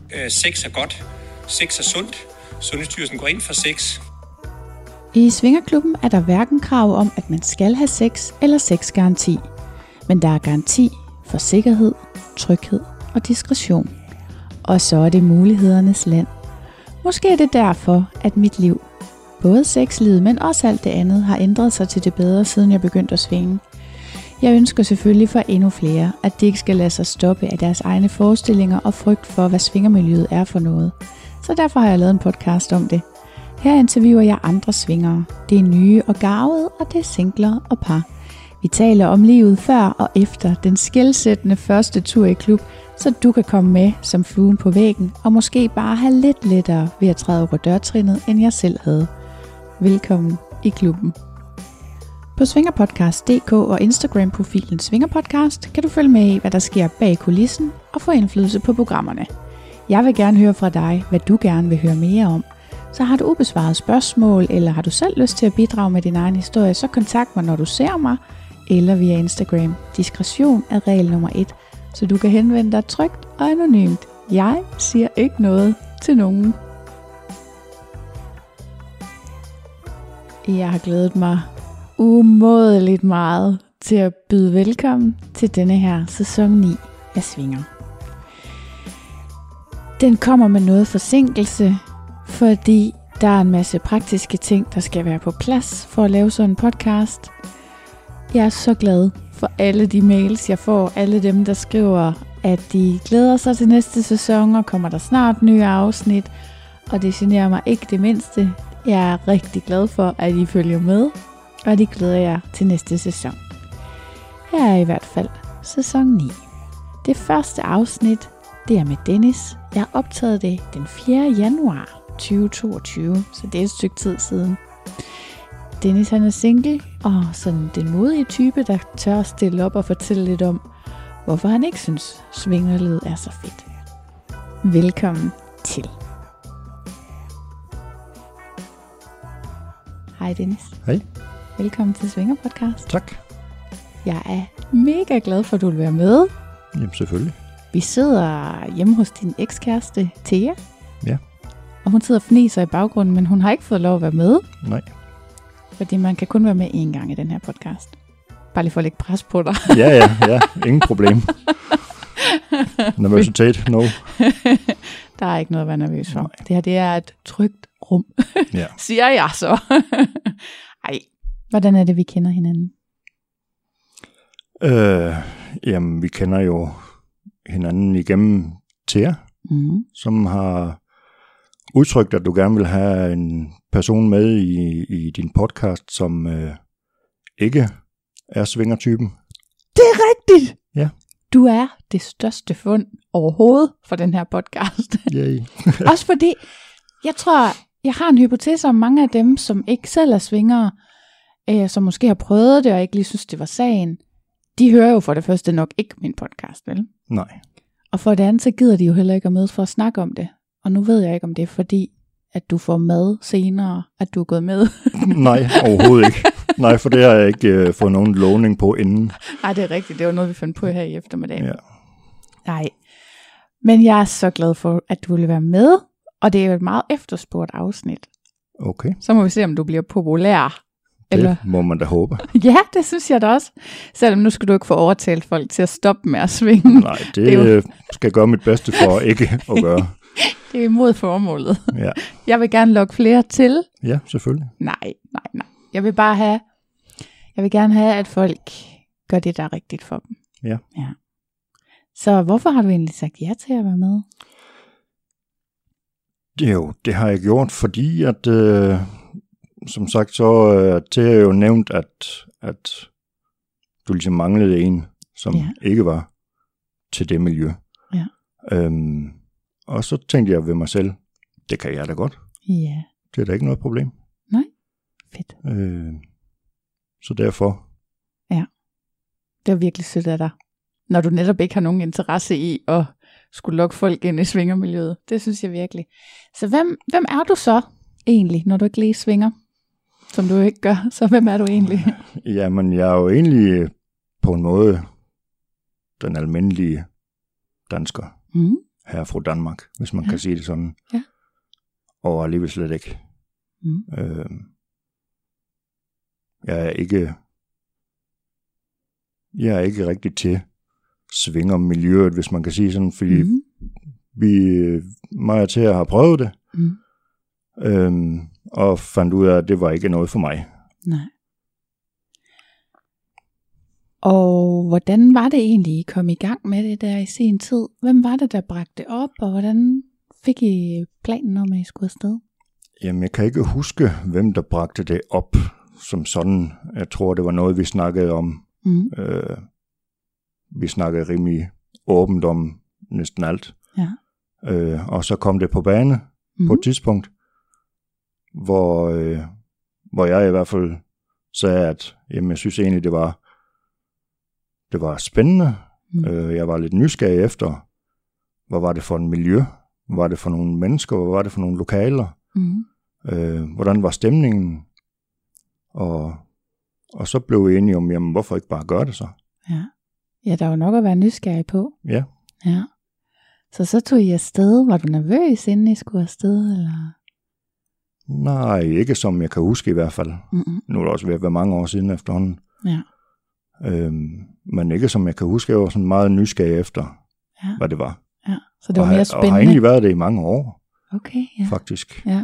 Sex er godt. Sex er sundt. Sundhedsstyrelsen går ind for sex. I Svingerklubben er der hverken krav om, at man skal have sex eller sexgaranti. Men der er garanti for sikkerhed, tryghed og diskretion. Og så er det mulighedernes land. Måske er det derfor, at mit liv, både sexlivet, men også alt det andet, har ændret sig til det bedre, siden jeg begyndte at svinge. Jeg ønsker selvfølgelig for endnu flere, at de ikke skal lade sig stoppe af deres egne forestillinger og frygt for, hvad svingermiljøet er for noget. Så derfor har jeg lavet en podcast om det. Her interviewer jeg andre svingere. Det er nye og garvede, og det er singler og par. Vi taler om livet før og efter den skelsættende første tur i klub, så du kan komme med som fluen på væggen, og måske bare have lidt lettere ved at træde over dørtrinnet, end jeg selv havde. Velkommen i klubben. På svingerpodcast.dk og Instagram-profilen Svingerpodcast kan du følge med i, hvad der sker bag kulissen og få indflydelse på programmerne. Jeg vil gerne høre fra dig, hvad du gerne vil høre mere om. Så har du ubesvaret spørgsmål, eller har du selv lyst til at bidrage med din egen historie, så kontakt mig, når du ser mig, eller via Instagram. Diskretion er regel nummer 1, så du kan henvende dig trygt og anonymt. Jeg siger ikke noget til nogen. Jeg har glædet mig umådeligt meget til at byde velkommen til denne her sæson 9 af Svinger. Den kommer med noget forsinkelse, fordi der er en masse praktiske ting, der skal være på plads for at lave sådan en podcast. Jeg er så glad for alle de mails, jeg får, alle dem, der skriver, at de glæder sig til næste sæson, og kommer der snart nye afsnit, og det generer mig ikke det mindste. Jeg er rigtig glad for, at I følger med, og det glæder jeg til næste sæson. Her er i hvert fald sæson 9. Det første afsnit, det er med Dennis. Jeg har optaget det den 4. januar 2022, så det er et stykke tid siden. Dennis han er single, og sådan den modige type, der tør stille op og fortælle lidt om, hvorfor han ikke synes, svingerlivet er så fedt. Velkommen til. Hej Dennis. Hej. Velkommen til Svinger Podcast. Tak. Jeg er mega glad for, at du vil være med. Jamen selvfølgelig. Vi sidder hjemme hos din ekskæreste, Thea. Ja. Og hun sidder og fniser i baggrunden, men hun har ikke fået lov at være med. Nej. Fordi man kan kun være med én gang i den her podcast. Bare lige for at lægge pres på dig. Ja. Ingen problem. Nervøsitet, no. Der er ikke noget at være nervøs for. Nej. Det her, det er et trygt rum, Ja. siger jeg så. Ej, hvordan er det, vi kender hinanden? Jamen, vi kender jo hinanden igennem Thea, som har udtrykt, at du gerne vil have en person med i din podcast, som ikke er svingertypen. Det er rigtigt! Ja. Du er det største fund overhovedet for den her podcast. Yay. Også fordi, jeg tror, jeg har en hypotese om mange af dem, som ikke selv er svingere, som måske har prøvet det og ikke lige synes, det var sagen. De hører jo for det første nok ikke min podcast, vel? Nej. Og for det andet, så gider de jo heller ikke at med for at snakke om det. Og nu ved jeg ikke, om det er fordi, at du får mad senere, at du er gået med. Nej, overhovedet ikke. Nej, for det har jeg ikke fået nogen lovning på inden. Nej, det er rigtigt. Det var noget, vi fandt på her i eftermiddag. Ja. Nej. Men jeg er så glad for, at du vil være med. Og det er jo et meget efterspurgt afsnit. Okay. Så må vi se, om du bliver populær. Det må man da håbe. Ja, det synes jeg da også. Selvom nu skal du ikke få overtalt folk til at stoppe med at svinge. Nej, det skal jeg gøre mit bedste for ikke at gøre. Det er imod formålet. Ja. Jeg vil gerne lokke flere til. Ja, selvfølgelig. Nej. Jeg vil gerne have, at folk gør det, der er rigtigt for dem. Ja. Så hvorfor har du egentlig sagt ja til at være med? Det har jeg gjort, fordi at, som sagt, så det har jeg jo nævnt, at du ligesom manglede en, som ikke var til det miljø. Ja. Og så tænkte jeg ved mig selv, det kan jeg da godt. Ja. Det er da ikke noget problem. Nej. Fedt. Så derfor. Ja. Det var virkelig sødt af dig. Når du netop ikke har nogen interesse i at skulle lokke folk ind i svingermiljøet. Det synes jeg virkelig. Så hvem er du så egentlig, når du ikke lige svinger? Som du ikke gør. Så hvem er du egentlig? Jamen, jeg er jo egentlig på en måde den almindelige dansker her fra Danmark, hvis man kan sige det sådan. Ja. Og alligevel slet ikke. Jeg er ikke rigtig til svingermiljøet, hvis man kan sige sådan, fordi mig og Thea har prøvet det, og fandt ud af, at det var ikke noget for mig. Nej. Og hvordan var det egentlig, I kom i gang med det der i sin tid? Hvem var det, der bragte det op, og hvordan fik I planen om, at I skulle afsted? Jamen, jeg kan ikke huske, hvem der bragte det op som sådan. Jeg tror, det var noget, vi snakkede om. Vi snakkede rimelig åbent om næsten alt. Ja. Og så kom det på bane på et tidspunkt, hvor jeg i hvert fald sagde, at jamen, jeg synes egentlig, det var spændende. Jeg var lidt nysgerrig efter, hvad var det for en miljø? Hvad var det for nogle mennesker? Hvad var det for nogle lokaler? Hvordan var stemningen? Og så blev vi enige om, jamen, hvorfor ikke bare gøre det så? Ja, der var nok at være nysgerrig på. Ja. Så tog I afsted. Var du nervøs, inden I skulle afsted? Eller? Nej, ikke som jeg kan huske i hvert fald. Nu er det også ved at være mange år siden efterhånden. Ja. Men ikke som jeg kan huske. Jeg var sådan meget nysgerrig efter, hvad det var. Ja. Så det var mere spændende. Og har egentlig været det i mange år. Okay, ja. Faktisk. Ja.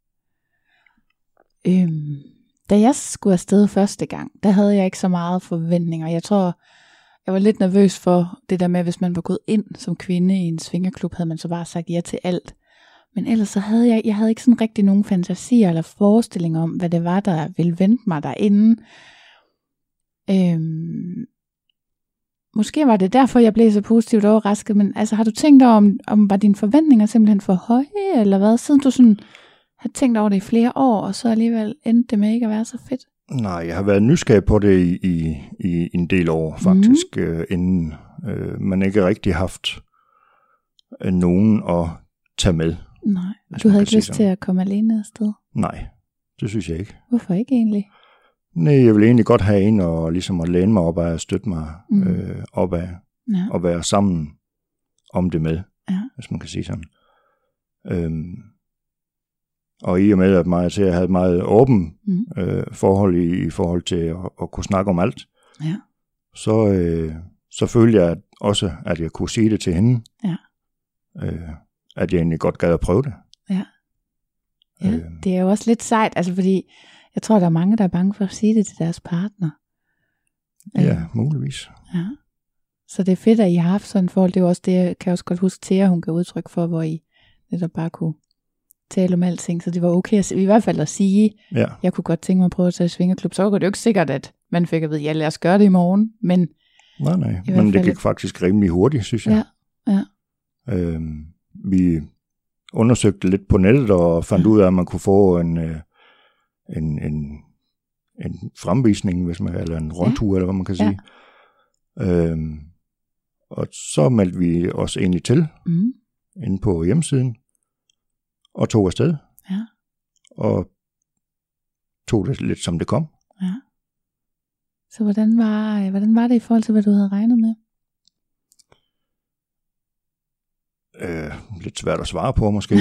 Da jeg skulle afsted første gang, der havde jeg ikke så meget forventninger. Jeg tror, jeg var lidt nervøs for det der med, hvis man var gået ind som kvinde i en svingerklub, havde man så bare sagt ja til alt. Men ellers så havde jeg havde ikke sådan rigtig nogen fantasier eller forestillinger om, hvad det var, der ville vente mig derinde. Måske var det derfor, jeg blev så positivt overrasket, men altså, har du tænkt over, om var dine forventninger simpelthen for høje, eller hvad? Siden du sådan har tænkt over det i flere år, og så alligevel endte det med ikke at være så fedt? Nej, jeg har været nysgerrig på det i en del år faktisk, inden man ikke rigtig haft nogen at tage med. Nej, du havde ikke lyst til at komme alene afsted? Nej, det synes jeg ikke. Hvorfor ikke egentlig? Nej, jeg ville egentlig godt have en og ligesom at læne mig op af og støtte mig op af og være sammen om det med, hvis man kan sige sådan. Og i og med, at mig og Thea havde et meget åbent forhold i forhold til at kunne snakke om alt, så følte jeg også, at jeg kunne sige det til hende, at jeg egentlig godt gad at prøve det. Ja, det er jo også lidt sejt, altså fordi jeg tror, der er mange, der er bange for at sige det til deres partner. Ja, muligvis. Ja. Så det er fedt, at I har haft sådan et forhold. Det er jo også det, jeg kan også godt huske Thea, hun gav udtryk for, hvor I netop bare kunne tale om alting. Så det var okay at, i hvert fald at sige, jeg kunne godt tænke mig at prøve at tage svingerklub. Så var det jo ikke sikkert, at man fik at vide, ja, lad os gøre det i morgen. Men nej, men det gik faktisk rimelig hurtigt, synes jeg. Ja. Vi undersøgte lidt på nettet og fandt ud af, at man kunne få en fremvisning, hvis man, eller en rundtur, eller hvad man kan sige. Og så meldte vi os egentlig til inde på hjemmesiden og tog afsted. Og tog det lidt som det kom. Så hvordan var det i forhold til, hvad du havde regnet med? Lidt svært at svare på måske.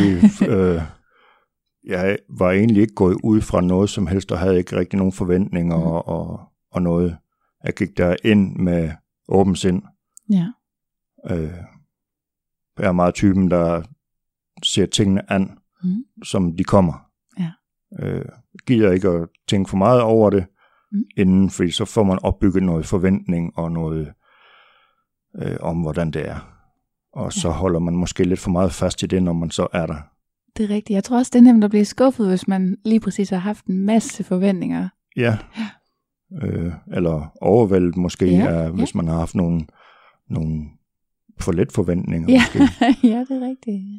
Jeg var egentlig ikke gået ud fra noget som helst, og havde ikke rigtig nogen forventninger og noget. Jeg gik der ind med åben sind. Ja. Jeg er meget typen, der ser tingene an, som de kommer. Ja. Gider ikke at tænke for meget over det, inden, fordi så får man opbygget noget forventning og noget om, hvordan det er. Og så holder man måske lidt for meget fast i det, når man så er der. Det er rigtigt. Jeg tror også, det er nemt at blive skuffet, hvis man lige præcis har haft en masse forventninger. Ja. Eller overvældet måske, hvis man har haft nogle for lidt forventninger. Måske. Ja, det er rigtigt.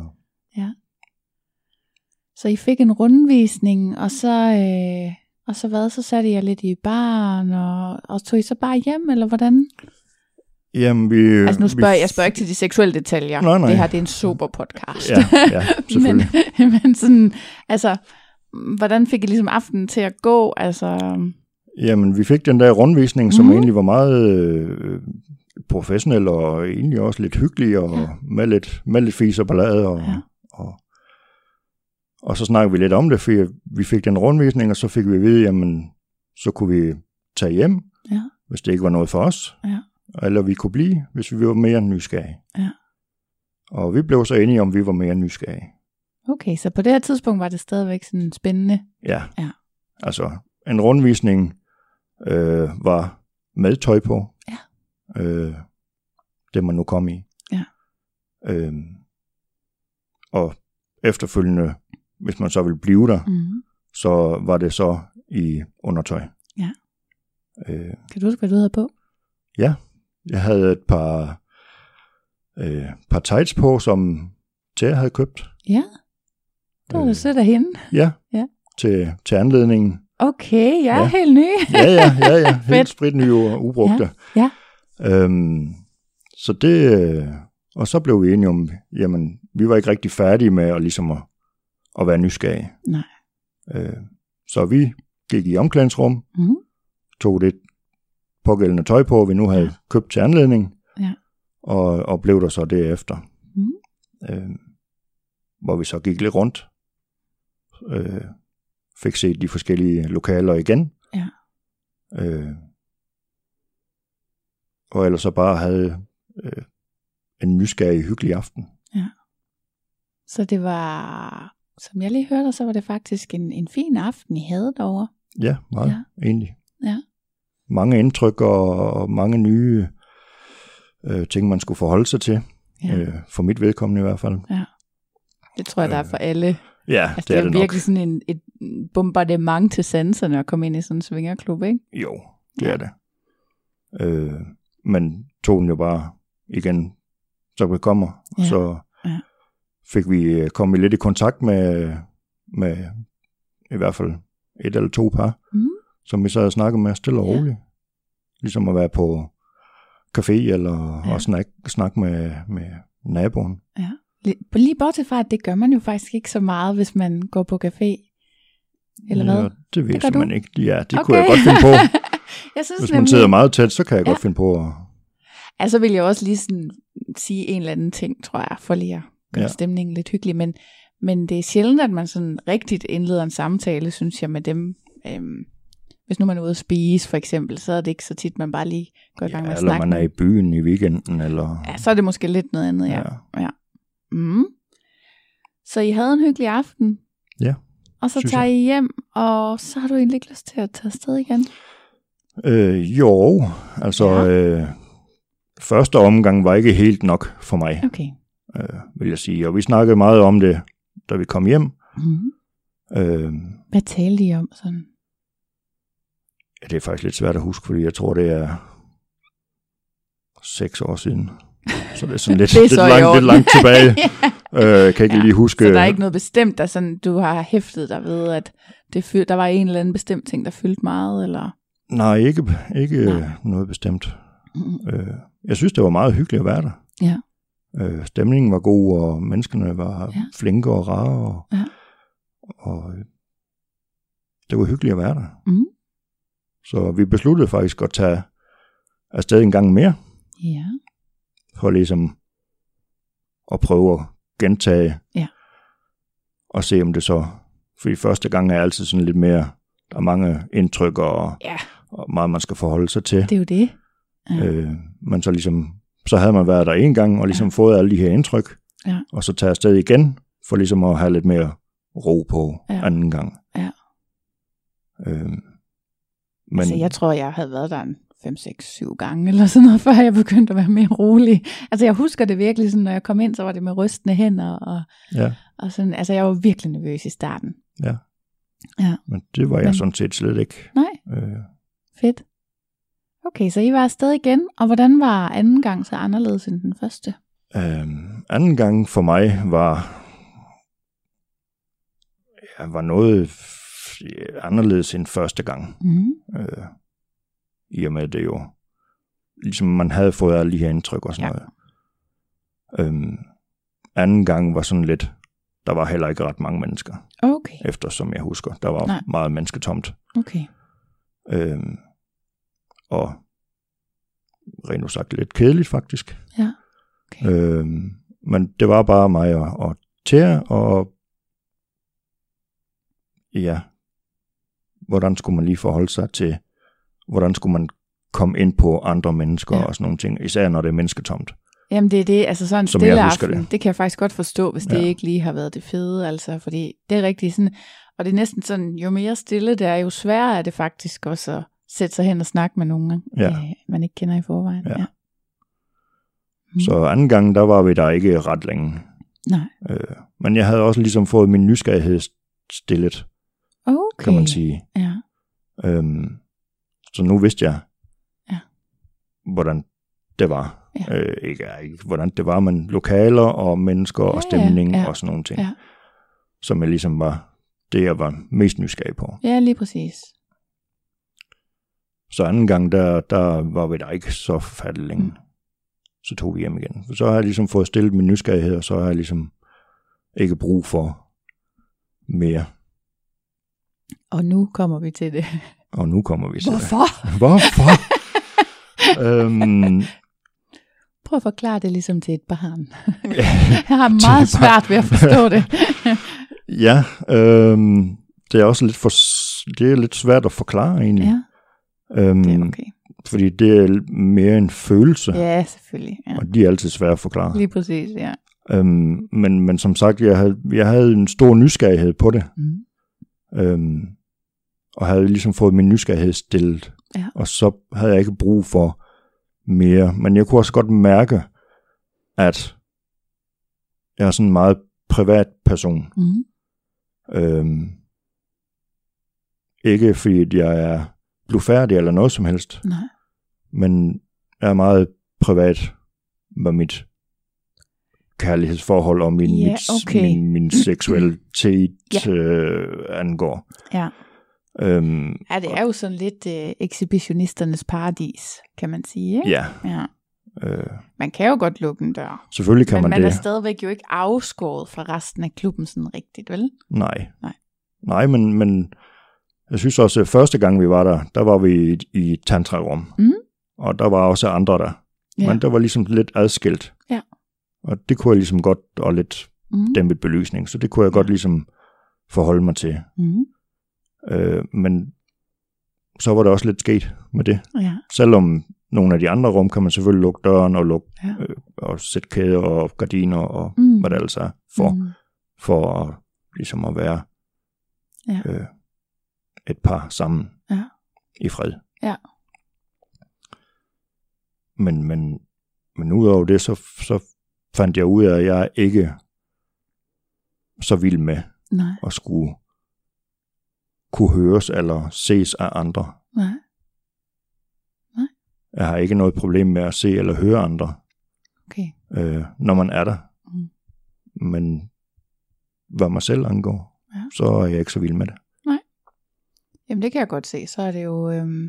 Så I fik en rundvisning, og så satte I jer lidt i baren, og tog I så bare hjem, eller hvordan? Jamen, jeg spørger ikke til de seksuelle detaljer. Nej. Det her, det er en sober podcast. Ja, selvfølgelig. men sådan, altså, hvordan fik I ligesom aftenen til at gå? Altså... Jamen, vi fik den der rundvisning, som egentlig var meget professionel og egentlig også lidt hyggelig og med lidt fis og ballade. Og så snakkede vi lidt om det, for vi fik den rundvisning, og så fik vi at vide, jamen, så kunne vi tage hjem, hvis det ikke var noget for os. Ja. Eller vi kunne blive, hvis vi var mere nysgerrige. Ja. Og vi blev så enige om, vi var mere nysgerrige. Okay, så på det her tidspunkt var det stadigvæk sådan spændende? Ja. Altså en rundvisning var med tøj på. Ja. Det man nu kom i. Ja. Og efterfølgende, hvis man så ville blive der, så var det så i undertøj. Ja. Kan du huske, hvad du havde på? Ja, jeg havde et par tights på, som Thea havde købt. Ja, det var du så derhenne. Ja, til anledningen. Okay, jeg er helt ny. ja, helt spritny og ubrugte. Ja. Så det, og så blev vi enige om, jamen, vi var ikke rigtig færdige med at, ligesom at være nysgerrige. Nej. Så vi gik i omklædningsrum, tog det pågældende tøj på, vi nu havde købt til anledning, og blev der så derefter. Hvor vi så gik lidt rundt, fik set de forskellige lokaler igen, og ellers så bare havde en nysgerrig, hyggelig aften. Ja. Så det var, som jeg lige hørte, så var det faktisk en fin aften, I havde derovre. Ja, meget egentlig. Ja. Mange indtryk og mange nye ting, man skulle forholde sig til. Ja. For mit vedkommende i hvert fald. Ja. Det tror jeg, der er for alle. Ja, altså, det er det virkelig nok. Sådan et bombardement til sanserne at komme ind i sådan en svingerklub, ikke? Jo, det er det. Men tog den jo bare igen, så vi kommer. Ja. Så fik vi kommet lidt i kontakt med i hvert fald 1 eller 2 par, som vi så havde snakket med stille og roligt. Ligesom at være på café eller og snakke med naboen. Ja. Lige bortset fra, at det gør man jo faktisk ikke så meget, hvis man går på café. Eller hvad? Ja, det ved man ikke. Ja, det kunne jeg godt finde på. Jeg synes, hvis man sidder meget tæt, så kan jeg godt finde på at... Altså vil jeg også lige sådan sige en eller anden ting, tror jeg, for lige at gøre stemningen lidt hyggelig. Men det er sjældent, at man sådan rigtigt indleder en samtale, synes jeg, med dem. Hvis nu man er ude at spise, for eksempel, så er det ikke så tit, man bare lige går i gang med at snakke. Eller man er i byen i weekenden, eller... Ja, så er det måske lidt noget andet, ja. Så I havde en hyggelig aften. Ja. Og så tager I hjem, og så har du egentlig ikke lyst til at tage afsted igen? Jo, altså første omgang var ikke helt nok for mig, vil jeg sige. Og vi snakkede meget om det, da vi kom hjem. Hvad talte I om sådan? Ja, det er faktisk lidt svært at huske, fordi jeg tror, det er 6 år siden. Så det er sådan lidt langt tilbage. Kan ikke lige huske. Så der er ikke noget bestemt, der sådan, du har hæftet dig ved, at der var en eller anden bestemt ting, der fyldte meget, eller? Nej, ikke noget bestemt. Jeg synes, det var meget hyggeligt at være der. Ja. Stemningen var god, og menneskene var flinke og rare, og det var hyggeligt at være der. Så vi besluttede faktisk at tage afsted en gang mere. Ja. For ligesom at prøve at gentage og se om det så, fordi første gang er altid sådan lidt mere, der er mange indtryk og meget man skal forholde sig til. Det er jo det. Men så ligesom, så havde man været der en gang og ligesom fået alle de her indtryk, og så tage afsted igen, for ligesom at have lidt mere ro på anden gang. Ja. Men altså jeg tror jeg havde været der 5, 6, 7 gange eller sådan noget, før jeg begyndte at være mere rolig. Altså jeg husker det virkelig sådan, når jeg kom ind, så var det med rystende hænder, og sådan, altså jeg var virkelig nervøs i starten. Ja. Men det var jeg sådan set slet ikke. Nej, fedt. Okay, så I var afsted igen, og hvordan var anden gang så anderledes end den første? Anden gang for mig var noget anderledes end første gang. I og med det jo, ligesom man havde fået alle de her indtryk og sådan noget. Anden gang var sådan lidt, der var heller ikke ret mange mennesker. Okay. Eftersom jeg husker, der var meget mennesketomt. Okay. Og rent sagt lidt kedeligt faktisk. Ja. Okay. Men det var bare mig og Thea, og ja, hvordan skulle man lige forholde sig til, hvordan skulle man komme ind på andre mennesker og sådan nogle ting, især når det er mennesketomt. Jamen det er det, altså sådan en stille aften, det kan jeg faktisk godt forstå, hvis det ikke lige har været det fede, altså, fordi det er rigtig sådan, og det er næsten sådan, jo mere stille det er, jo sværere er det faktisk også at sætte sig hen og snakke med nogen, man ikke kender i forvejen. Ja. Så anden gang, der var vi der ikke ret længe. Nej. Men jeg havde også ligesom fået min nysgerrighed stillet, kan man sige. Ja. Så nu vidste jeg, hvordan det var. Ikke hvordan det var, men lokaler og mennesker og stemning og sådan nogle ting. Ja. Som jeg ligesom var, det jeg var mest nysgerrig på. Ja, lige præcis. Så anden gang, der var vi der ikke så forfærdeligt længe. Så tog vi hjem igen. Så har jeg ligesom fået stillet min nysgerrighed, og så har jeg ligesom ikke brug for mere. Og nu kommer vi til det. Hvorfor? Prøv at forklare det ligesom til et barn. Jeg har meget svært ved at forstå det. Ja, det er også lidt svært at forklare egentlig. Ja, det er okay. Fordi det er mere en følelse. Ja, selvfølgelig. Ja. Og de er altid svære at forklare. Lige præcis, ja. Men som sagt, jeg havde en stor nysgerrighed på det. Og havde ligesom fået min nysgerrighed stillet. Ja. Og så havde jeg ikke brug for mere. Men jeg kunne også godt mærke, at jeg er sådan en meget privat person. Ikke fordi jeg er blufærdig eller noget som helst. Nej. Men jeg er meget privat med mit kærlighedsforhold og min seksualitet angår. Ja. Det er jo sådan lidt ekshibitionisternes paradis, kan man sige. Ikke? Ja. Man kan jo godt lukke en dør. Selvfølgelig kan man det. Men man er stadigvæk jo ikke afskåret fra resten af klubben sådan rigtigt, vel? Nej, men jeg synes også, at første gang vi var der var vi i tantra-rum. Og der var også andre der. Men der var ligesom lidt adskilt. Ja. Og det kunne jeg ligesom godt, og lidt dæmpet belysning, så det kunne jeg godt ligesom forholde mig til. Men så var det også lidt sket med det. Ja. Selvom nogle af de andre rum, kan man selvfølgelig lukke døren og og sætte kæder og gardiner og hvad det altså er for at, ligesom at være et par sammen i fred. Ja. Men udover det, så fandt jeg ud af, at jeg ikke så vild med at skulle kunne høres eller ses af andre. Nej. Jeg har ikke noget problem med at se eller høre andre, når man er der. Men hvad mig selv angår, så er jeg ikke så vild med det. Nej. Jamen det kan jeg godt se. Så er det jo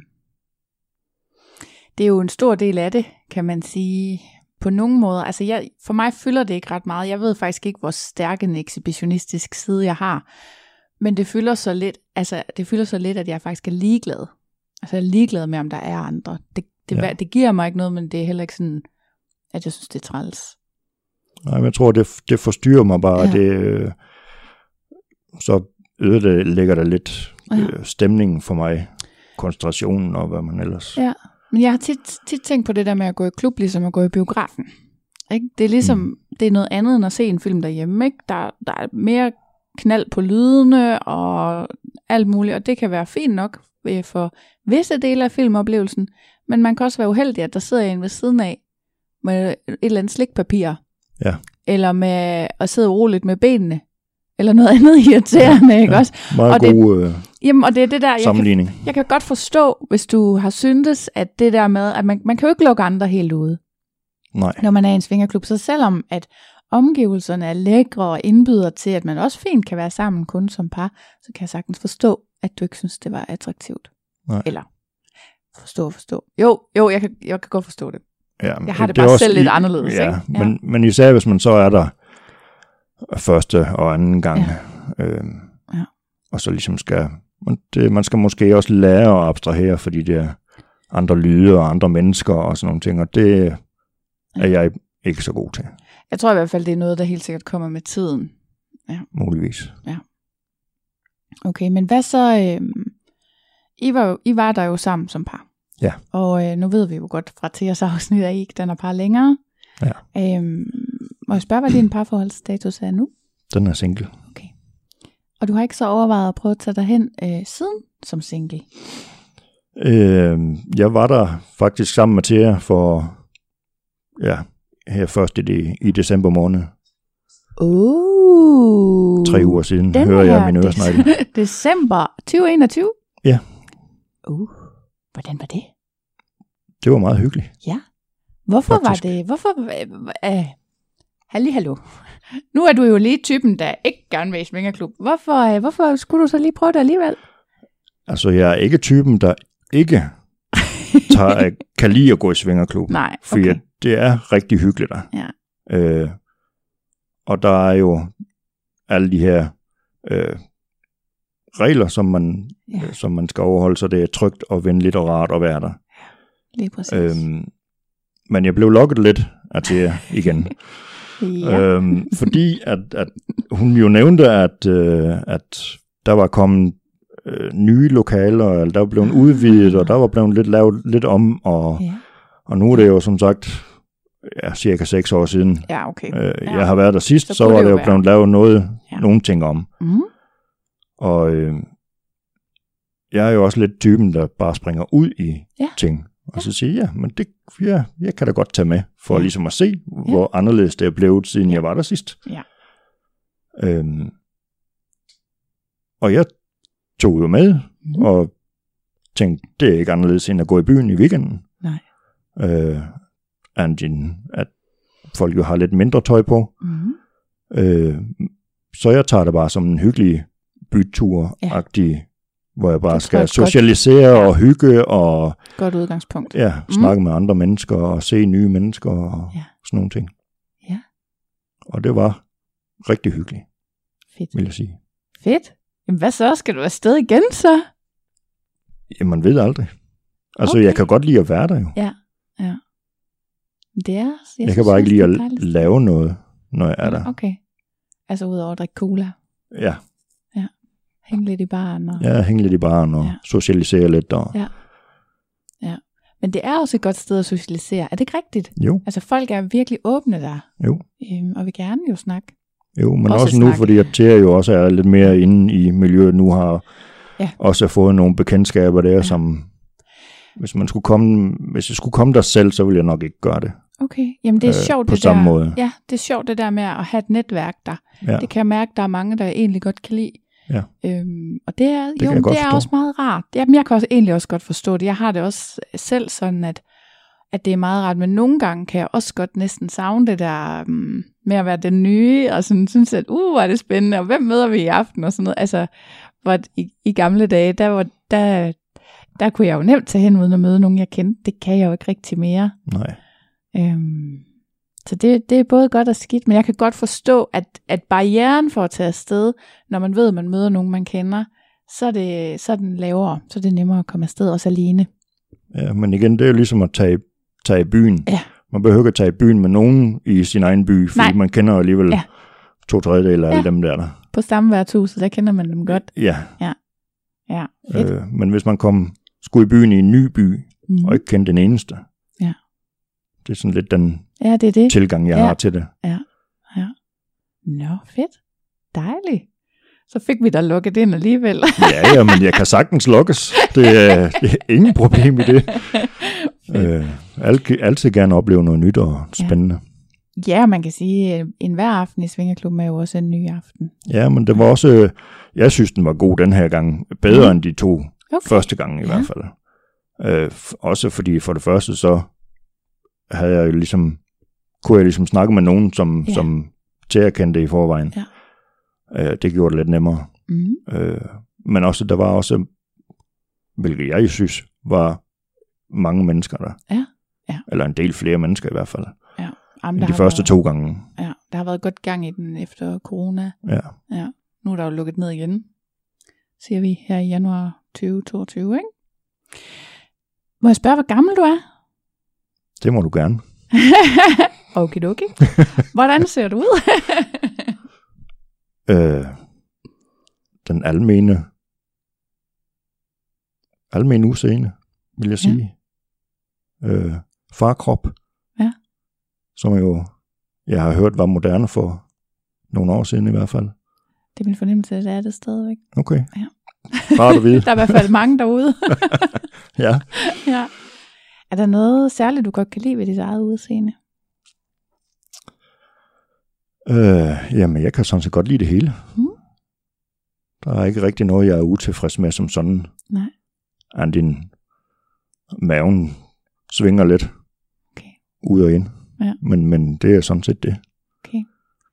det er jo en stor del af det, kan man sige. På nogle måder, altså for mig fylder det ikke ret meget. Jeg ved faktisk ikke, hvor stærk en ekshibitionistisk side jeg har. Men det fylder så lidt, at jeg faktisk er ligeglad. Altså jeg er ligeglad med, om der er andre. Det giver mig ikke noget, men det er heller ikke sådan, at jeg synes, det er træls. Nej, men jeg tror, det forstyrrer mig bare. Ja. Så lægger der lidt stemningen for mig. Koncentrationen og hvad man ellers... Ja, men jeg har tit tænkt på det der med at gå i klub, ligesom at gå i biografen. Ikke? Det er ligesom, det er noget andet end at se en film derhjemme. Ikke? Der er mere knald på lydene og alt muligt, og det kan være fint nok for visse dele af filmoplevelsen, men man kan også være uheldig, at der sidder en ved siden af med et eller andet slikpapir, eller med at sidde roligt med benene, eller noget andet irriterende, ikke også? Meget god og det er det der, sammenligning. Jeg kan godt forstå, hvis du har syntes, at det der med, at man kan jo ikke lukke andre helt ude, når man er i en svingerklub, så selvom at omgivelserne er lækre og indbyder til, at man også fint kan være sammen kun som par, så kan jeg sagtens forstå, at du ikke synes, det var attraktivt. Nej. Eller forstå. Jo, jeg kan godt forstå det. Ja, jeg har det bare selv lidt anderledes. Ja, ikke? Men især hvis man så er der første og anden gang, og så ligesom man skal måske også lære at abstrahere for de der andre lyde og andre mennesker og sådan nogle ting, og det er jeg ikke så god til. Jeg tror i hvert fald, det er noget, der helt sikkert kommer med tiden. Ja. Muligvis. Ja. Okay, men hvad så? I var der jo sammen som par. Ja. Og nu ved vi jo godt fra til os afsnit, at I ikke den er par længere. Ja. Må jeg spørge, hvad din parforholdsstatus er nu? Den er single. Okay. Og du har ikke så overvejet at prøve at tage dig hen siden som single? Jeg var der faktisk sammen med Thea for, her først i december måned. 3 uger siden, hører jeg min øresnegle. December 2021? Ja. Hvordan var det? Det var meget hyggeligt. Ja. Hvorfor faktisk. Var det? Hallo. Nu er du jo lige typen, der ikke gerne vil i svingerklub. Hvorfor skulle du så lige prøve det alligevel? Altså, jeg er ikke typen, der ikke kan lide at gå i svingerklub. Nej, okay. Fordi det er rigtig hyggeligt der. Ja. Og der er jo alle de her regler, som man skal overholde, så det er trygt og venligt og rart at være der. Lige præcis. Men jeg blev lokket lidt af Thea igen. Ja. Fordi at hun jo nævnte, at der var kommet nye lokaler, eller der var blevet udvidet, og der var blevet lavet lidt om, og nu er det jo som sagt cirka 6 år siden. Ja, okay. Jeg har været der sidst, så var det jo blevet lavet nogle ting om. Mm. Og jeg er jo også lidt typen, der bare springer ud i ting. Og så siger jeg, men det jeg kan da godt tage med, for ligesom at se, hvor anderledes det er blevet, siden jeg var der sidst. Ja. Og jeg tog jo med, og tænkte, det er ikke anderledes end at gå i byen i weekenden. Nej. At folk jo har lidt mindre tøj på. Så jeg tager det bare som en hyggelig bytur-agtig, hvor jeg bare skal socialisere og hygge og godt udgangspunkt. Ja, snakke med andre mennesker og se nye mennesker og sådan nogle ting. Ja. Og det var rigtig hyggeligt. Fedt. Vil jeg sige. Fedt. Jamen hvad så? Skal du afsted igen så? Jamen man ved aldrig. Altså jeg kan godt lide at være der jo. Ja. Det er. Jeg kan bare ikke lide at lave noget, når jeg er der. Okay. Altså udover at drikke cola. Ja. Hænge lidt i baren. Hænge lidt i baren og socialisere lidt. Og ja. Men det er også et godt sted at socialisere. Er det ikke rigtigt? Jo. Altså folk er virkelig åbne der. Jo. Og vil gerne jo snakke. Jo, men også nu, fordi at Thea jo også er lidt mere inde i miljøet nu, har også fået nogle bekendtskaber der, som hvis jeg skulle komme der selv, så ville jeg nok ikke gøre det. Okay, jamen det er sjovt på samme måde. Ja, det er sjovt det der med at have et netværk der. Ja. Det kan jeg mærke, der er mange, der egentlig godt kan lide. Ja. Og det er, det er også meget rart. Jamen, jeg kan egentlig også godt forstå det. Jeg har det også selv sådan, at det er meget rart, men nogle gange kan jeg også godt næsten savne det der med at være den nye, og sådan synes, at er det spændende, og hvem møder vi i aften, og sådan noget. Altså, hvor i gamle dage, der kunne jeg jo nemt tage hen uden at møde nogen, jeg kendte. Det kan jeg jo ikke rigtig mere. Nej. Så det er både godt og skidt, men jeg kan godt forstå, at barrieren for at tage afsted, når man ved, at man møder nogen, man kender, så er den lavere, så er det nemmere at komme afsted også alene. Ja, men igen, det er jo ligesom at tage i byen. Ja. Man behøver ikke at tage i byen med nogen i sin egen by, fordi man kender jo alligevel 2/3 af alle dem der. På samværshuset, der kender man dem godt. Ja. Fedt. Men hvis man skulle i byen i en ny by, og ikke kendte den eneste, det er sådan lidt den tilgang, jeg har til det. Ja. Nå, fedt. Dejligt. Så fik vi da lukket ind alligevel. Ja, men jeg kan sagtens lukkes. Det er ingen problem i det. Altid gerne opleve noget nyt og spændende. Ja, man kan sige, at enhver aften i Svingerklubben er jo også en ny aften. Ja, men det var også, jeg synes, den var god den her gang. Bedre end de 2 første gange i hvert fald. Også fordi for det første, så havde jeg jo kunne jeg snakke med nogen, som Thea kendte i forvejen. Ja. Det gjorde det lidt nemmere. Men også, der var også, hvilket jeg synes, var mange mennesker der. Ja. Eller en del flere mennesker i hvert fald. Ja. De første 2 gange. Ja, der har været godt gang i den efter corona. Ja. Nu er der jo lukket ned igen, siger vi her i januar 2022, ikke? Må jeg spørge, hvor gammel du er? Det må du gerne. Okay. Hvordan ser du ud? Den almene udseende, vil jeg sige. Farkrop. Ja. Som jo, jeg har hørt, var moderne for nogle år siden i hvert fald. Det er min fornemmelse, at det er det stadigvæk. Okay. Ja. Bare du vide. Der er i hvert fald mange derude. Ja. Er der noget særligt, du godt kan lide ved dit eget udseende? Jamen, jeg kan sådan set godt lide det hele. Der er ikke rigtig noget, jeg er utilfreds med som sådan. Nej. At din maven svinger lidt ud og ind. Ja. Men det er sådan set det. Okay.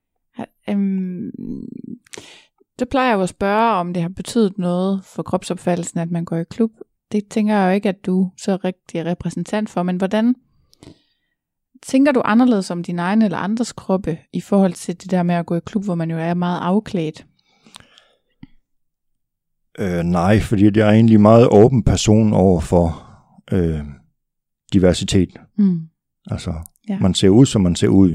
Det plejer jeg jo at spørge, om det har betydet noget for kropsopfattelsen, at man går i klub. Det tænker jeg jo ikke, at du så rigtig er repræsentant for, men hvordan tænker du anderledes om din egen eller andres kroppe i forhold til det der med at gå i klub, hvor man jo er meget afklædt? Nej, fordi jeg er egentlig meget åben person over for diversitet. Altså, man ser ud, som man ser ud.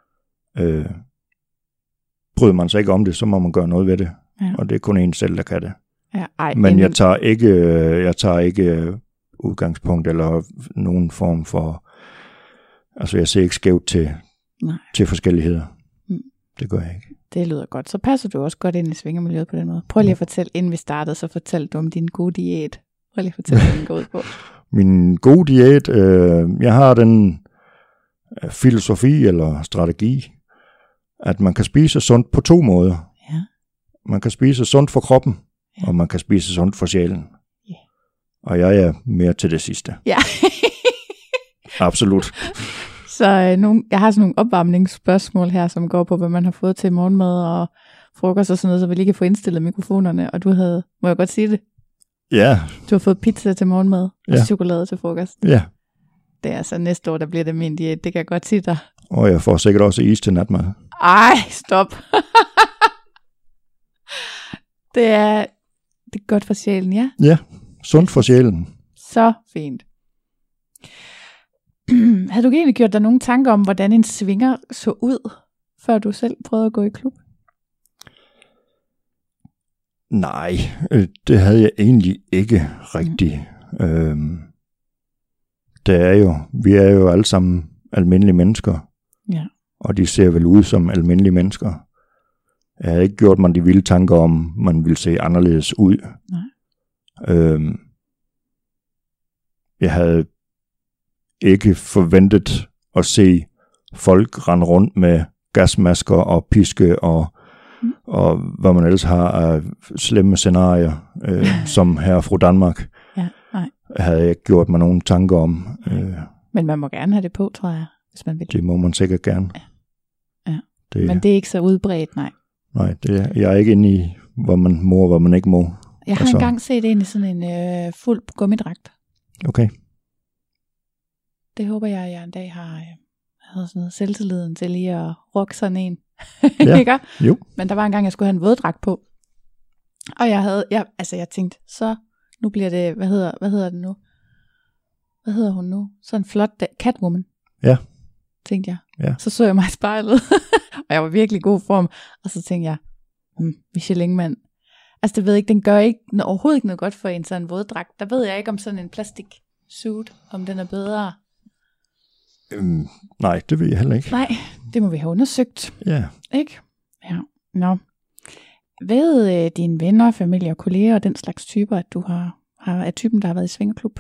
Bryder man sig ikke om det, så må man gøre noget ved det. Ja. Og det er kun en selv, der kan det. Ja, men jeg tager ikke udgangspunkt eller nogen form for, altså jeg ser ikke skævt til forskelligheder. Det gør jeg ikke. Det lyder godt. Så passer du også godt ind i svingermiljøet på den måde. Prøv lige at fortælle, inden vi startede, så fortæl du om din gode diæt. Prøv lige at fortælle, hvad den går ud på. Min gode diæt, jeg har den filosofi eller strategi, at man kan spise sundt på 2 måder. Ja. Man kan spise sundt for kroppen, og man kan spise sundt for sjælen. Ja. Og jeg er mere til det sidste. Ja. Absolut. Så jeg har sådan nogle opvarmningsspørgsmål her, som går på, hvad man har fået til morgenmad og frokost og sådan noget, så vi lige kan få indstillet mikrofonerne. Og må jeg godt sige det? Ja. Du har fået pizza til morgenmad og chokolade til frokost. Ja. Det er altså næste år, der bliver det min diæt. Det kan jeg godt sige dig. Og jeg får sikkert også is til natmad. Ej, stop. Det er godt for sjælen, ja? Ja, sundt for sjælen. Så fint. Havde du egentlig gjort dig nogle tanker om, hvordan en svinger så ud, før du selv prøvede at gå i klub? Nej, det havde jeg egentlig ikke rigtig. Vi er jo alle sammen almindelige mennesker. Ja. Og de ser vel ud som almindelige mennesker. Jeg havde ikke gjort mig de vilde tanker om, man ville se anderledes ud. Nej. Jeg havde ikke forventet at se folk rende rundt med gasmasker og piske og hvad man ellers har af slemme scenarier, som her fra Danmark. Ja, nej. Havde jeg gjort mig nogle tanker om. Men man må gerne have det på, tror jeg, hvis man vil. Det må man sikkert gerne. Ja. Men det er ikke så udbredt, nej. Nej, jeg er ikke inde i, hvor man må og hvor man ikke må. Jeg har engang set ind i sådan en fuld gummidragt. Okay. Det håber jeg en dag har sådan noget selvtilliden til lige at rokke sådan en. Ja, ikke? Jo. Men der var en gang, jeg skulle have en våddragt på. Og jeg tænkte, så nu bliver det, hvad hedder den nu? Hvad hedder hun nu? Sådan en flot Catwoman. Ja. Tænkte jeg. Ja. Så jeg mig i spejlet. Og jeg var virkelig i god form. Og så tænkte jeg, Michelle Ingemann. Altså det ved jeg ikke, den gør ikke overhovedet ikke noget godt for en sådan våddragt. Der ved jeg ikke om sådan en plastik suit, om den er bedre. Nej, det ved jeg heller ikke. Nej, det må vi have undersøgt. Ja. Ikke? Ja. Nå. Ved dine venner, familie og kolleger og den slags typer, at du er typen, der har været i svingerklub?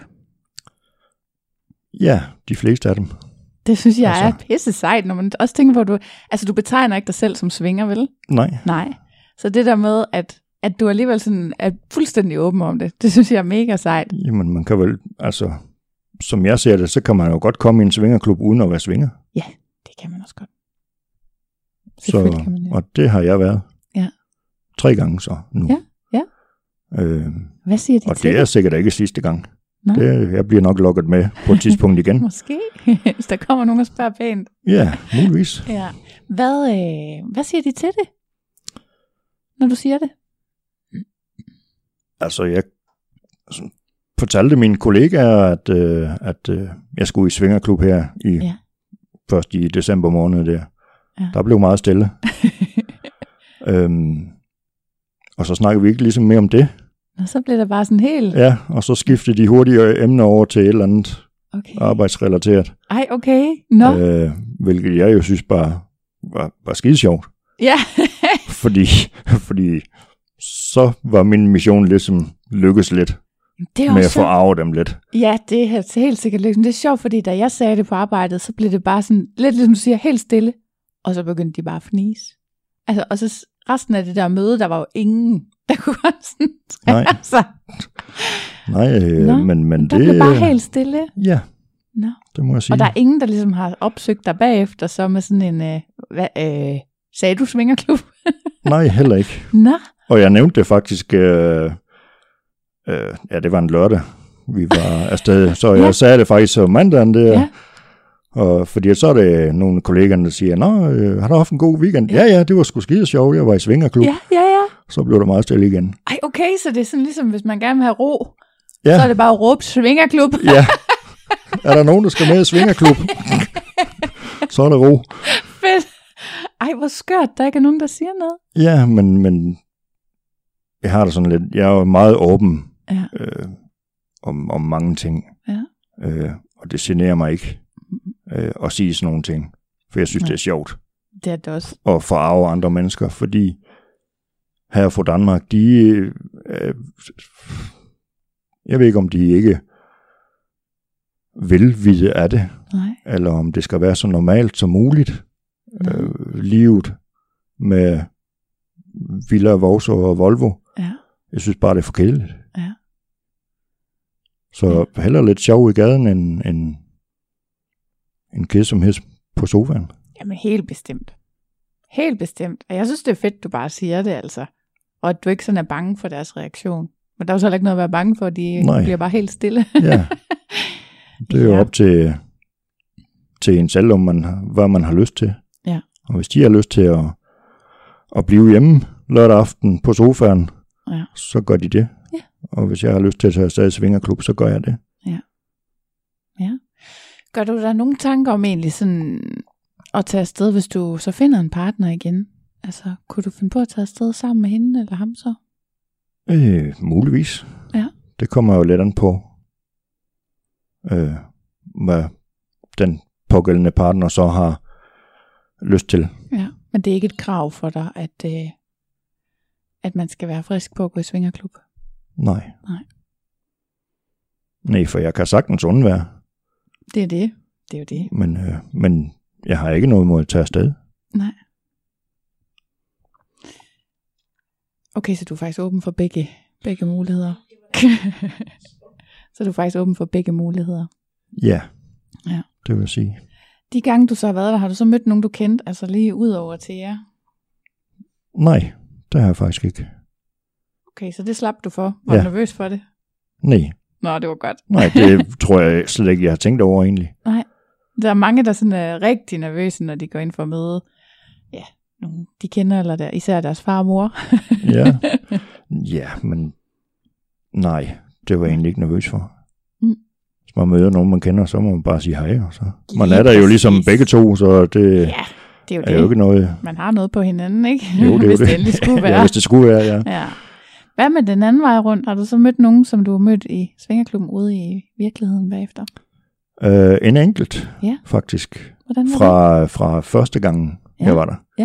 Ja, de fleste af dem. Det synes jeg er pisse sejt, når man også tænker på, at du betegner ikke dig selv som svinger, vel? Nej. Så det der med, at du alligevel sådan er fuldstændig åben om det synes jeg er mega sejt. Jamen, man kan vel, som jeg ser det, så kan man jo godt komme i en svingerklub uden at være svinger. Ja, det kan man også godt. Så, kan man, ja. Og det har jeg været. Ja. 3 gange så nu. Ja. Hvad siger de og til det er sikkert ikke sidste gang. Jeg bliver nok lukket med på et tidspunkt igen. Måske, hvis der kommer nogen og spørger pænt. Ja, muligvis. Ja. Hvad siger de til det, når du siger det? Altså, fortalte mine kollegaer, at jeg skulle i svingerklub her først i december måned der. Ja. Der blev meget stille. Og så snakkede vi ikke ligesom mere om det. Og så blev der bare sådan helt... Ja, og så skiftede de hurtige emner over til et eller andet arbejdsrelateret. Ej, okay. Nå. Hvilket jeg jo synes bare var skide sjovt. Ja. fordi så var min mission ligesom lykkes lidt. Det er med at forarve dem lidt. Ja, det er helt sikkert lykkes. Det er sjovt, fordi da jeg sagde det på arbejdet, så blev det bare sådan, lidt ligesom du siger, helt stille. Og så begyndte de bare at fnise. Altså, og så resten af det der møde, der var jo ingen, der kunne sådan trække sig. Nej, men der blev bare helt stille. Ja, det må jeg sige. Og der er ingen, der ligesom har opsøgt dig bagefter, så med sådan en, sagde du svingerklub? Nej, heller ikke. Nå. Og jeg nævnte det faktisk, det var en lørdag, vi var afsted, så jeg sagde det faktisk om mandagen der. Ja. Og fordi så er det nogle af kollegerne, der siger, har du haft en god weekend? Ja, det var sgu skide sjovt, jeg var i svingerklub. Ja. Så blev der meget stille igen. Ej, okay, så det er sådan ligesom, hvis man gerne vil have ro, så er det bare at råbe svingerklub. Ja, er der nogen, der skal med i svingerklub? Så er der ro. Fedt. Ej, hvor skørt, der ikke er nogen, der siger noget. Ja, men jeg har det sådan lidt, jeg er jo meget åben om mange ting. Ja. Og det generer mig ikke at sige sådan nogle ting, for jeg synes, det er sjovt. Det er det også. Og forarve andre mennesker, fordi her fra Danmark, jeg ved ikke, om de ikke vil vide af det, eller om det skal være så normalt som muligt, livet med Villa, Vauxhall og Volvo. Ja. Jeg synes bare, det er for kedeligt. Ja. Så heller lidt sjov i gaden en kedsomhed på sofaen. Jamen helt bestemt. Helt bestemt. Og jeg synes, det er fedt, du bare siger det altså. Og at du ikke sådan er bange for deres reaktion. Men der er jo så heller ikke noget at være bange for, de bliver bare helt stille. Ja. Det er jo op til en selv, hvad man har lyst til. Ja. Og hvis de har lyst til at blive hjemme lørdag aften på sofaen, så gør de det. Ja. Og hvis jeg har lyst til at tage afsted i svingerklub, så gør jeg det. Ja. Gør du der nogle tanker om egentlig sådan at tage afsted, hvis du så finder en partner igen? Altså, kunne du finde på at tage afsted sammen med hende eller ham så? Muligvis. Ja. Det kommer jo lidt an på, hvad den pågældende partner så har lyst til. Ja, men det er ikke et krav for dig, at man skal være frisk på at gå i svingerklub? Nej, for jeg kan sagtens undvære. Det er jo det. Men jeg har ikke noget mod at tage afsted. Nej. Okay, så du er faktisk åben for begge muligheder. Så du er faktisk åben for begge muligheder. Ja, det vil jeg sige. De gange du så har været der, har du så mødt nogen du kendte, altså lige ud over til jer? Nej, det har jeg faktisk ikke. Okay, så det slap du for. Var du nervøs for det? Nej. Nå, det var godt. Nej, det tror jeg slet ikke, jeg har tænkt over egentlig. Nej, der er mange, der sådan er rigtig nervøse, når de går ind for at møde, nogen de kender, eller især deres far og mor. Ja, men nej, det var jeg egentlig ikke nervøs for. Hvis man møder nogen, man kender, så må man bare sige hej. Og så. Man er der jo ligesom begge to, så det, det er jo ikke noget. Man har noget på hinanden, ikke? Jo, det er hvis det endelig skulle være. Ja, hvis det skulle være, ja. Hvad med den anden vej rundt? Har du så mødt nogen, som du har mødt i svingerklubben ude i virkeligheden bagefter? En enkelt, faktisk. Hvordan var det? Fra første gang, jeg var der. Ja.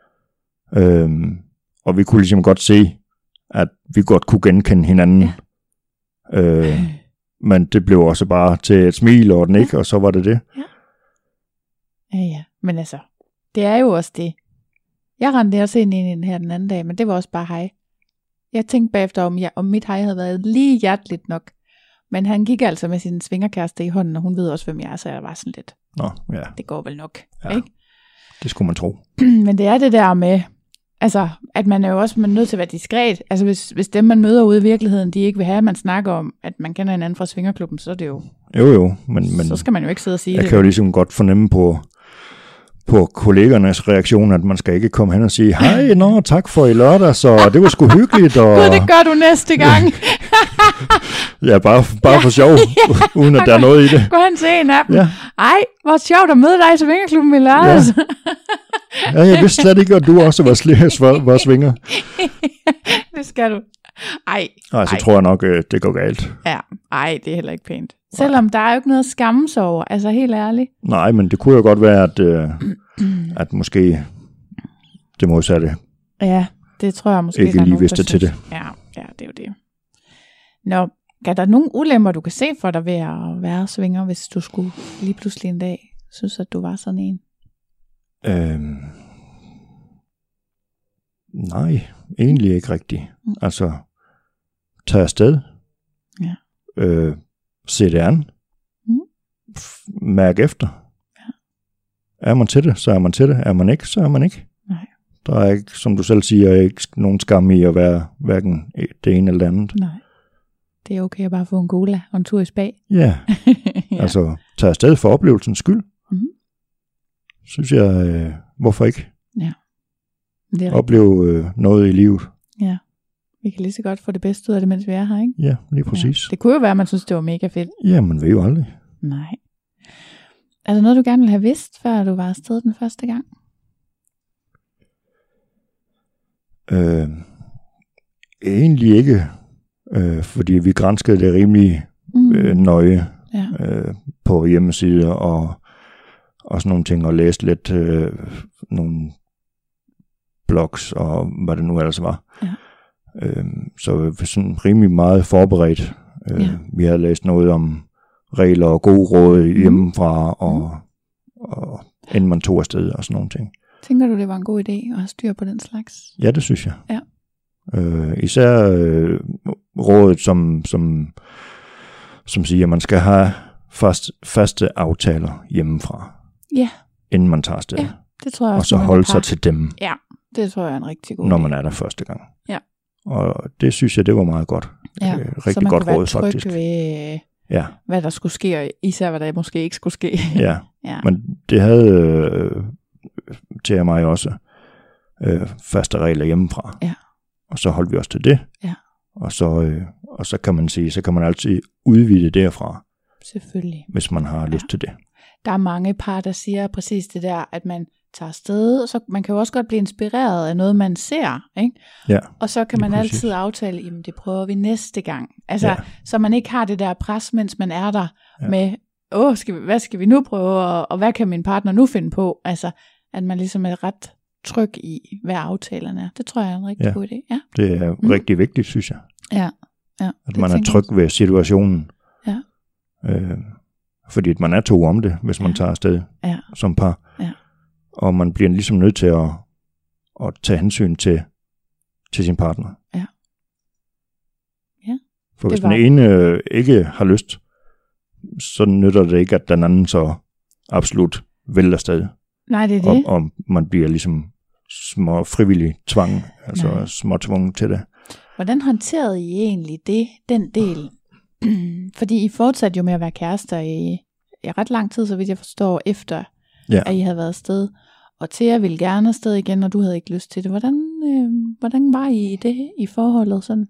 Og vi kunne ligesom godt se, at vi godt kunne genkende hinanden. Ja. Men det blev også bare til et smil og den ikke, og så var det det. Ja. Men altså, det er jo også det. Jeg rendte også ind i den her den anden dag, men det var også bare hej. Jeg tænkte bagefter, om mit hej havde været lige hjerteligt nok. Men han gik altså med sin svingerkæreste i hånden, og hun ved også, hvem jeg er, så jeg var sådan lidt. Det går vel nok, ikke? Det skulle man tro. Men det er det der med, altså, at man er jo også nødt til at være diskret. Altså, hvis dem, man møder ude i virkeligheden, de ikke vil have, at man snakker om, at man kender hinanden fra svingerklubben, så er det jo... Jo, men så skal man jo ikke sidde og sige det. Jeg kan jo ligesom godt fornemme på kollegernes reaktion, at man skal ikke komme hen og sige, hej, tak for i lørdag, så det var sgu hyggeligt. Og Gud, det gør du næste gang. Ja, bare for sjov, uden at der er noget i det. Gå hen til en af dem. Ja. Ej, hvor sjovt at møde dig i Svingerklubben i lørdags. Ja, jeg vidste slet ikke, at du også var svinger. Det skal du. Ej, så tror jeg nok, det går galt. Ja, ej, det er heller ikke pænt. Selvom der er jo ikke noget at skamme sig over, altså helt ærligt. Nej, men det kunne jo godt være, at måske det modsatte. Ja, det tror jeg måske, ikke der er lige nogen, vidste til det. Ja, det er jo det. Nå, er der nogle ulemper, du kan se for dig ved at være svinger, hvis du skulle lige pludselig en dag synes, at du var sådan en? Nej, egentlig ikke rigtigt. Altså, tag afsted. Ja. Se det an. Mærk efter. Ja. Er man til det, så er man til det. Er man ikke, så er man ikke. Nej. Der er ikke, som du selv siger, ikke nogen skam i at være hverken det ene eller det andet. Nej. Det er okay at bare få en cola og en tur i spa. Ja. Altså, tag afsted for oplevelsens skyld. Synes jeg, hvorfor ikke? Ja. Det er opleve noget i livet. Ja. Vi kan lige så godt få det bedste ud af det, mens vi er her, ikke? Ja, lige præcis. Ja. Det kunne jo være, at man synes, det var mega fedt. Ja, man ved jo aldrig. Nej. Er der noget, du gerne ville have vidst, før du var afsted den første gang? Egentlig ikke. Fordi vi granskede det rimelig nøje på hjemmesider og sådan nogle ting, og læste lidt nogle blogs og hvad det nu ellers var. Ja. Så vi var sådan rimelig meget forberedt. Vi havde læst noget om regler og gode råd hjemmefra, og inden man tog afsted og sådan nogle ting. Tænker du, det var en god idé at have styr på den slags? Ja, det synes jeg. Ja. Især rådet, som siger, at man skal have faste aftaler hjemmefra, inden man tager afsted. Ja, det tror jeg også. Og så holde sig til dem. Ja, det tror jeg er en rigtig god idé. Når man er der første gang. Ja. Og det synes jeg, det var meget godt. Ja, rigtig godt råd, faktisk. Ved, hvad der skulle ske, og især hvad der måske ikke skulle ske. Ja. Men det havde til mig også faste regler hjemmefra. Ja. Og så holdt vi os til det. Ja. Og så kan man sige, så kan man altid udvide derfra. Selvfølgelig. Hvis man har lyst til det. Der er mange par, der siger præcis det der, at man tager afsted, så man kan jo også godt blive inspireret af noget, man ser, ikke? Ja, og så kan man altid aftale, jamen det prøver vi næste gang. Altså, så man ikke har det der pres, mens man er der med, hvad skal vi nu prøve, og hvad kan min partner nu finde på? Altså, at man ligesom er ret tryg i, hvad aftalerne er. Det tror jeg er en rigtig god idé. Ja. Det er rigtig vigtigt, synes jeg. Ja. At man er tryg ved situationen. Ja. Fordi man er to om det, hvis man tager afsted som par. Ja. Og man bliver ligesom nødt til at tage hensyn til sin partner. Ja. Ja. For hvis den ene ikke har lyst, så nytter det ikke, at den anden så absolut vælger afsted. Nej, det er det. Og man bliver ligesom små frivillig tvang, altså små tvunget til det. Hvordan håndterede I egentlig den del? Fordi I fortsatte jo med at være kærester i ret lang tid, så vidt jeg forstår, efter at I havde været afsted. Og Thea ville gerne afsted igen, og du havde ikke lyst til det. Hvordan var I i det i forholdet sådan?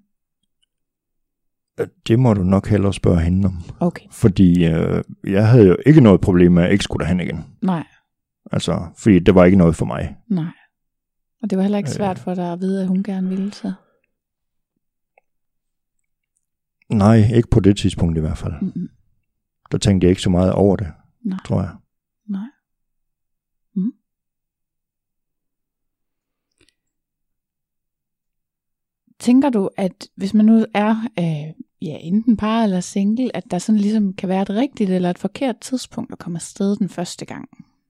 Det må du nok hellere spørge hende om. Okay. Fordi jeg havde jo ikke noget problem med, at jeg ikke skulle derhen igen. Nej. Altså, fordi det var ikke noget for mig. Nej. Og det var heller ikke svært for dig at vide, at hun gerne ville så? Nej, ikke på det tidspunkt i hvert fald. Mm-hmm. Der tænkte jeg ikke så meget over det, tror jeg. Nej. Mm. Tænker du, at hvis man nu er enten par eller single, at der sådan ligesom kan være et rigtigt eller et forkert tidspunkt at komme afsted den første gang?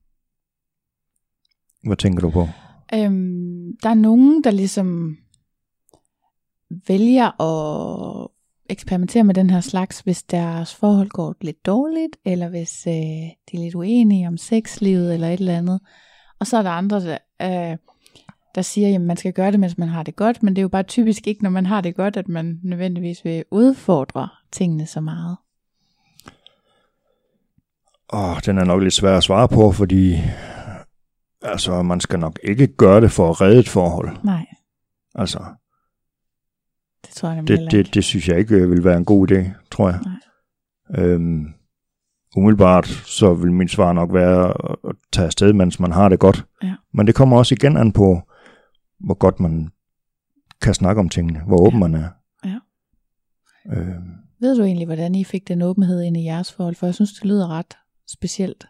Hvad tænker du på? Der er nogen, der ligesom vælger at eksperimentere med den her slags, hvis deres forhold går lidt dårligt, eller hvis de er lidt uenige om sexlivet eller et eller andet. Og så er der andre, der siger, at man skal gøre det, mens man har det godt, men det er jo bare typisk ikke, når man har det godt, at man nødvendigvis vil udfordre tingene så meget. Den er nok lidt svær at svare på, fordi Altså, man skal nok ikke gøre det for at redde et forhold. Nej. Altså, det tror jeg nemlig heller ikke. Det synes jeg ikke vil være en god idé, tror jeg. Nej. Umiddelbart, så vil min svar nok være at tage afsted, mens man har det godt. Ja. Men det kommer også igen an på, hvor godt man kan snakke om tingene, hvor åben man er. Ja. Ved du egentlig, hvordan I fik den åbenhed ind i jeres forhold? For jeg synes, det lyder ret specielt.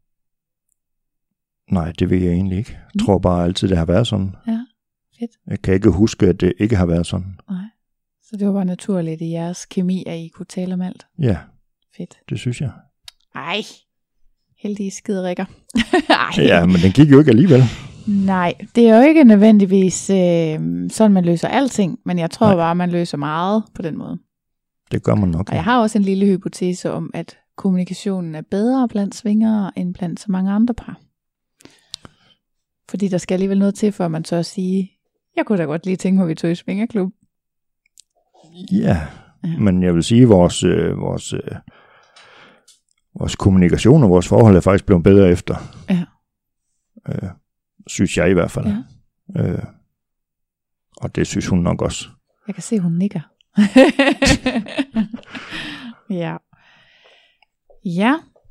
Nej, det ved jeg egentlig ikke. Jeg tror bare altid, det har været sådan. Ja, fedt. Jeg kan ikke huske, at det ikke har været sådan. Nej, så det var bare naturligt i jeres kemi, at I kunne tale om alt. Ja, fedt. Det synes jeg. Ej, heldige skiderikker. Ja, men den gik jo ikke alligevel. Nej, det er jo ikke nødvendigvis sådan, man løser alting, men jeg tror bare, man løser meget på den måde. Det gør man nok. Og jeg har også en lille hypotese om, at kommunikationen er bedre blandt svingere, end blandt så mange andre par. Fordi der skal alligevel noget til, for at man tør at sige, jeg kunne da godt lige tænke mig, at vi tog i svingerklub. Ja, men jeg vil sige, vores kommunikation og vores forhold er faktisk blevet bedre efter. Ja. Synes jeg i hvert fald. Ja. Og det synes hun nok også. Jeg kan se, hun nikker. Ja. Ja.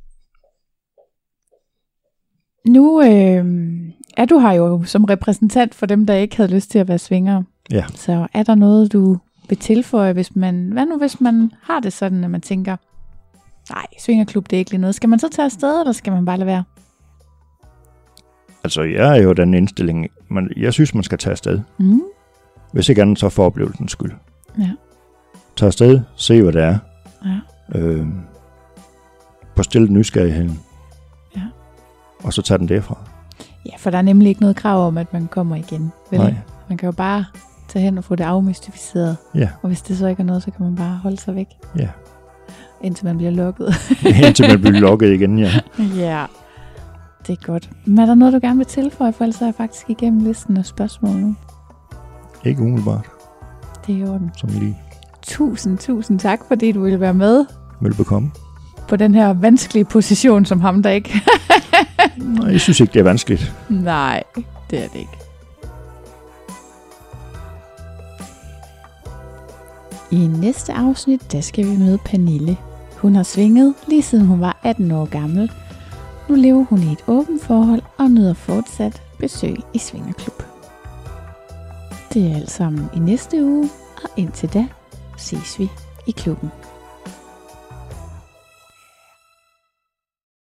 Nu er du her jo som repræsentant for dem, der ikke havde lyst til at være svingere. Ja. Så er der noget, du vil tilføje, hvis man har det sådan, at man tænker, nej, svingerklub, det er ikke lige noget. Skal man så tage afsted, eller skal man bare lade være? Altså, jeg er jo den indstilling, men jeg synes, man skal tage afsted. Mm. Hvis ikke andet, så for oplevelsens skyld. Ja. Tag afsted, se hvad det er. Ja. På stille nysgerrigheden. Ja. Og så tager den derfra. Ja, for der er nemlig ikke noget krav om, at man kommer igen. Vel? Nej. Man kan jo bare tage hen og få det afmystificeret. Ja. Og hvis det så ikke er noget, så kan man bare holde sig væk. Ja. Indtil man bliver lukket. Indtil man bliver lukket igen, ja. Ja, det er godt. Men er der noget, du gerne vil tilføje, for ellers er jeg faktisk igennem listen af spørgsmål nu. Ikke umiddelbart. Det er i orden. Som lige. Tusind tak, fordi du ville være med. Velbekomme. På den her vanskelige position, som ham der ikke. Nej, jeg synes ikke, det er vanskeligt. Nej, det er det ikke. I næste afsnit, der skal vi møde Pernille. Hun har svinget lige siden hun var 18 år gammel. Nu lever hun i et åbent forhold og nyder fortsat besøg i svingerklub. Det er alt sammen i næste uge, og indtil da ses vi i klubben.